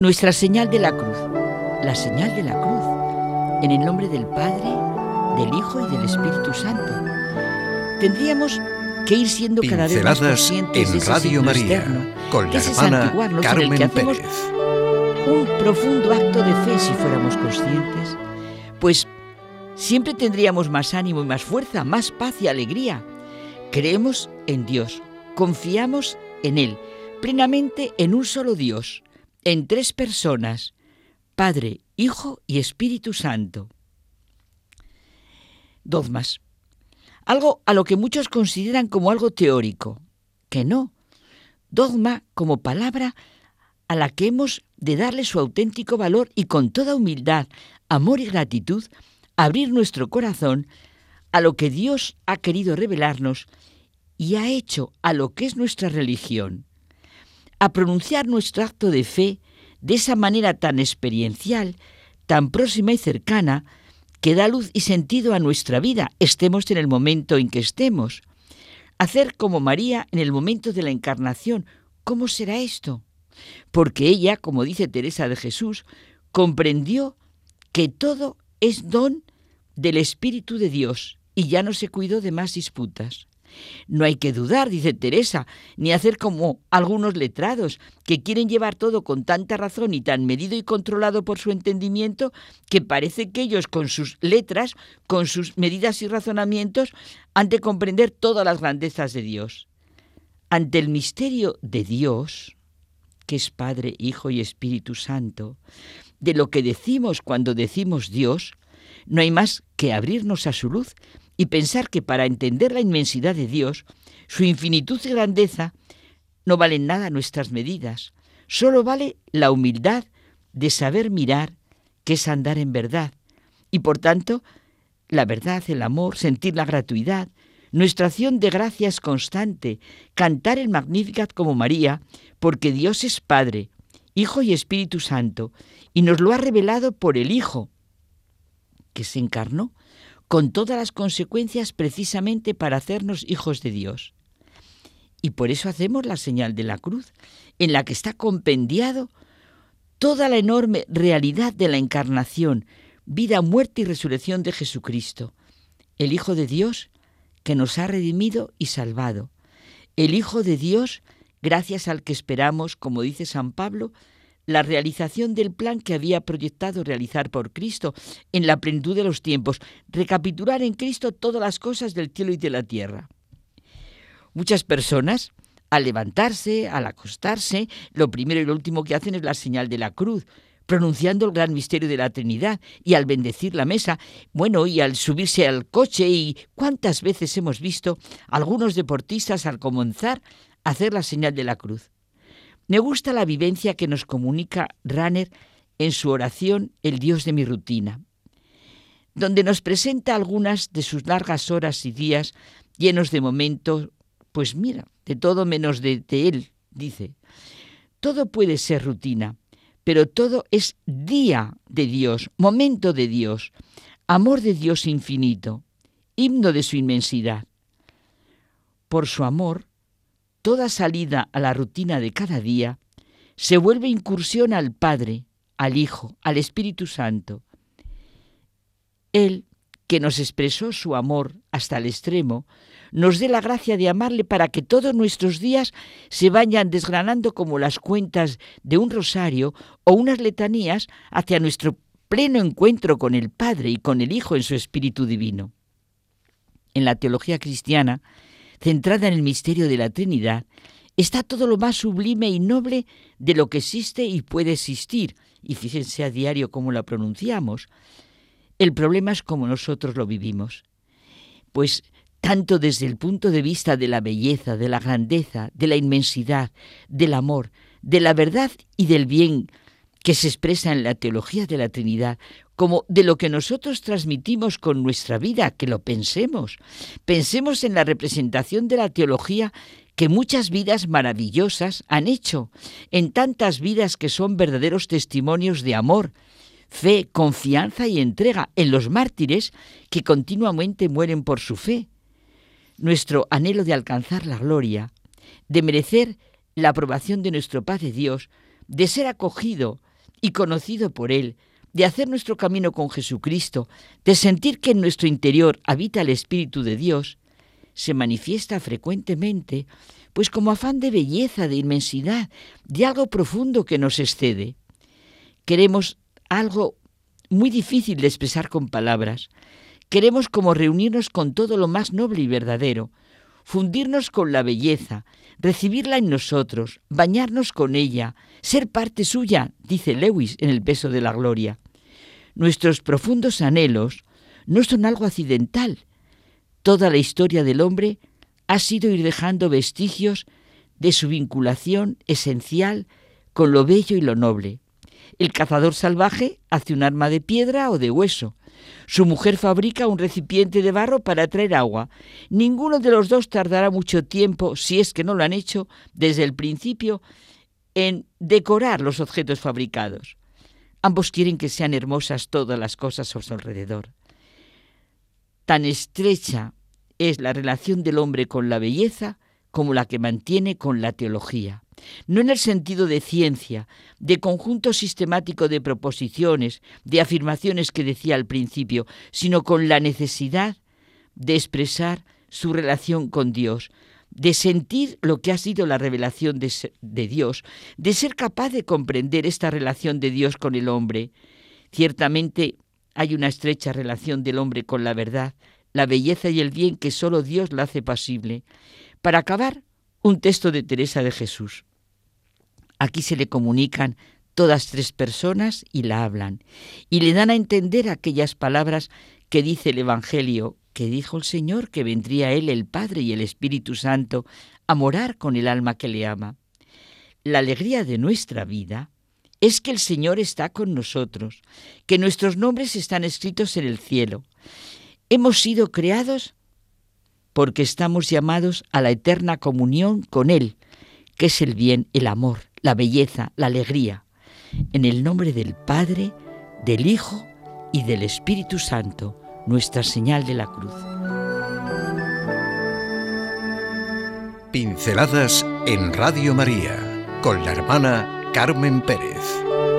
Nuestra señal de la cruz, la señal de la cruz, en el nombre del Padre, del Hijo y del Espíritu Santo. Tendríamos que ir siendo cada vez más conscientes en de ese Radio signo María, externo, con de la ese hermana santiguarnos en el Carmen que hacemos Pérez. un profundo acto de fe si fuéramos conscientes, pues siempre tendríamos más ánimo y más fuerza, más paz y alegría. Creemos en Dios, confiamos en Él, plenamente en un solo Dios, en tres personas, Padre, Hijo y Espíritu Santo. Dogmas. Algo a lo que muchos consideran como algo teórico, que no. Dogma como palabra a la que hemos de darle su auténtico valor y con toda humildad, amor y gratitud, abrir nuestro corazón a lo que Dios ha querido revelarnos y ha hecho a lo que es nuestra religión. A pronunciar nuestro acto de fe de esa manera tan experiencial, tan próxima y cercana, que da luz y sentido a nuestra vida, estemos en el momento en que estemos. Hacer como María en el momento de la encarnación. ¿Cómo será esto? Porque ella, como dice Teresa de Jesús, comprendió que todo es don del Espíritu de Dios y ya no se cuidó de más disputas. No hay que dudar, dice Teresa, ni hacer como algunos letrados que quieren llevar todo con tanta razón y tan medido y controlado por su entendimiento que parece que ellos con sus letras, con sus medidas y razonamientos, han de comprender todas las grandezas de Dios. Ante el misterio de Dios, que es Padre, Hijo y Espíritu Santo, de lo que decimos cuando decimos Dios, no hay más que abrirnos a su luz y pensar que para entender la inmensidad de Dios, su infinitud y grandeza, no valen nada nuestras medidas. Solo vale la humildad de saber mirar, que es andar en verdad. Y por tanto, la verdad, el amor, sentir la gratuidad, nuestra acción de gracia es constante, cantar el Magnificat como María, porque Dios es Padre, Hijo y Espíritu Santo, y nos lo ha revelado por el Hijo, que se encarnó, con todas las consecuencias precisamente para hacernos hijos de Dios. Y por eso hacemos la señal de la cruz, en la que está compendiado toda la enorme realidad de la encarnación, vida, muerte y resurrección de Jesucristo, el Hijo de Dios que nos ha redimido y salvado, el Hijo de Dios gracias al que esperamos, como dice San Pablo, la realización del plan que había proyectado realizar por Cristo en la plenitud de los tiempos, recapitular en Cristo todas las cosas del cielo y de la tierra. Muchas personas, al levantarse, al acostarse, lo primero y lo último que hacen es la señal de la cruz, pronunciando el gran misterio de la Trinidad, y al bendecir la mesa, y al subirse al coche, y cuántas veces hemos visto algunos deportistas al comenzar a hacer la señal de la cruz. Me gusta la vivencia que nos comunica Rahner en su oración El Dios de mi rutina, donde nos presenta algunas de sus largas horas y días llenos de momentos, de todo menos de él, dice. Todo puede ser rutina, pero todo es día de Dios, momento de Dios, amor de Dios infinito, himno de su inmensidad. Por su amor, toda salida a la rutina de cada día se vuelve incursión al Padre, al Hijo, al Espíritu Santo. Él, que nos expresó su amor hasta el extremo, nos dé la gracia de amarle para que todos nuestros días se vayan desgranando como las cuentas de un rosario o unas letanías hacia nuestro pleno encuentro con el Padre y con el Hijo en su Espíritu Divino. En la teología cristiana, centrada en el misterio de la Trinidad, está todo lo más sublime y noble de lo que existe y puede existir. Y fíjense a diario cómo la pronunciamos. El problema es cómo nosotros lo vivimos. Pues tanto desde el punto de vista de la belleza, de la grandeza, de la inmensidad, del amor, de la verdad y del bien que se expresa en la teología de la Trinidad, como de lo que nosotros transmitimos con nuestra vida, que lo pensemos. Pensemos en la representación de la teología que muchas vidas maravillosas han hecho, en tantas vidas que son verdaderos testimonios de amor, fe, confianza y entrega, en los mártires que continuamente mueren por su fe. Nuestro anhelo de alcanzar la gloria, de merecer la aprobación de nuestro Padre Dios, de ser acogido y conocido por Él, de hacer nuestro camino con Jesucristo, de sentir que en nuestro interior habita el Espíritu de Dios, se manifiesta frecuentemente pues como afán de belleza, de inmensidad, de algo profundo que nos excede. Queremos algo muy difícil de expresar con palabras. Queremos como reunirnos con todo lo más noble y verdadero, fundirnos con la belleza, recibirla en nosotros, bañarnos con ella, ser parte suya, dice Lewis en El peso de la gloria. Nuestros profundos anhelos no son algo accidental. Toda la historia del hombre ha sido ir dejando vestigios de su vinculación esencial con lo bello y lo noble. El cazador salvaje hace un arma de piedra o de hueso. Su mujer fabrica un recipiente de barro para traer agua. Ninguno de los dos tardará mucho tiempo, si es que no lo han hecho desde el principio, en decorar los objetos fabricados. Ambos quieren que sean hermosas todas las cosas a su alrededor. Tan estrecha es la relación del hombre con la belleza como la que mantiene con la teología. No en el sentido de ciencia, de conjunto sistemático de proposiciones, de afirmaciones que decía al principio, sino con la necesidad de expresar su relación con Dios, de sentir lo que ha sido la revelación de Dios, de ser capaz de comprender esta relación de Dios con el hombre. Ciertamente hay una estrecha relación del hombre con la verdad, la belleza y el bien que solo Dios la hace posible. Para acabar, un texto de Teresa de Jesús. Aquí se le comunican todas tres personas y la hablan, y le dan a entender aquellas palabras que dice el Evangelio, que dijo el Señor que vendría Él, el Padre y el Espíritu Santo, a morar con el alma que le ama. La alegría de nuestra vida es que el Señor está con nosotros, que nuestros nombres están escritos en el cielo. Hemos sido creados porque estamos llamados a la eterna comunión con Él, que es el bien, el amor, la belleza, la alegría. En el nombre del Padre, del Hijo y del Espíritu Santo, nuestra señal de la cruz. Pinceladas en Radio María, con la hermana Carmen Pérez.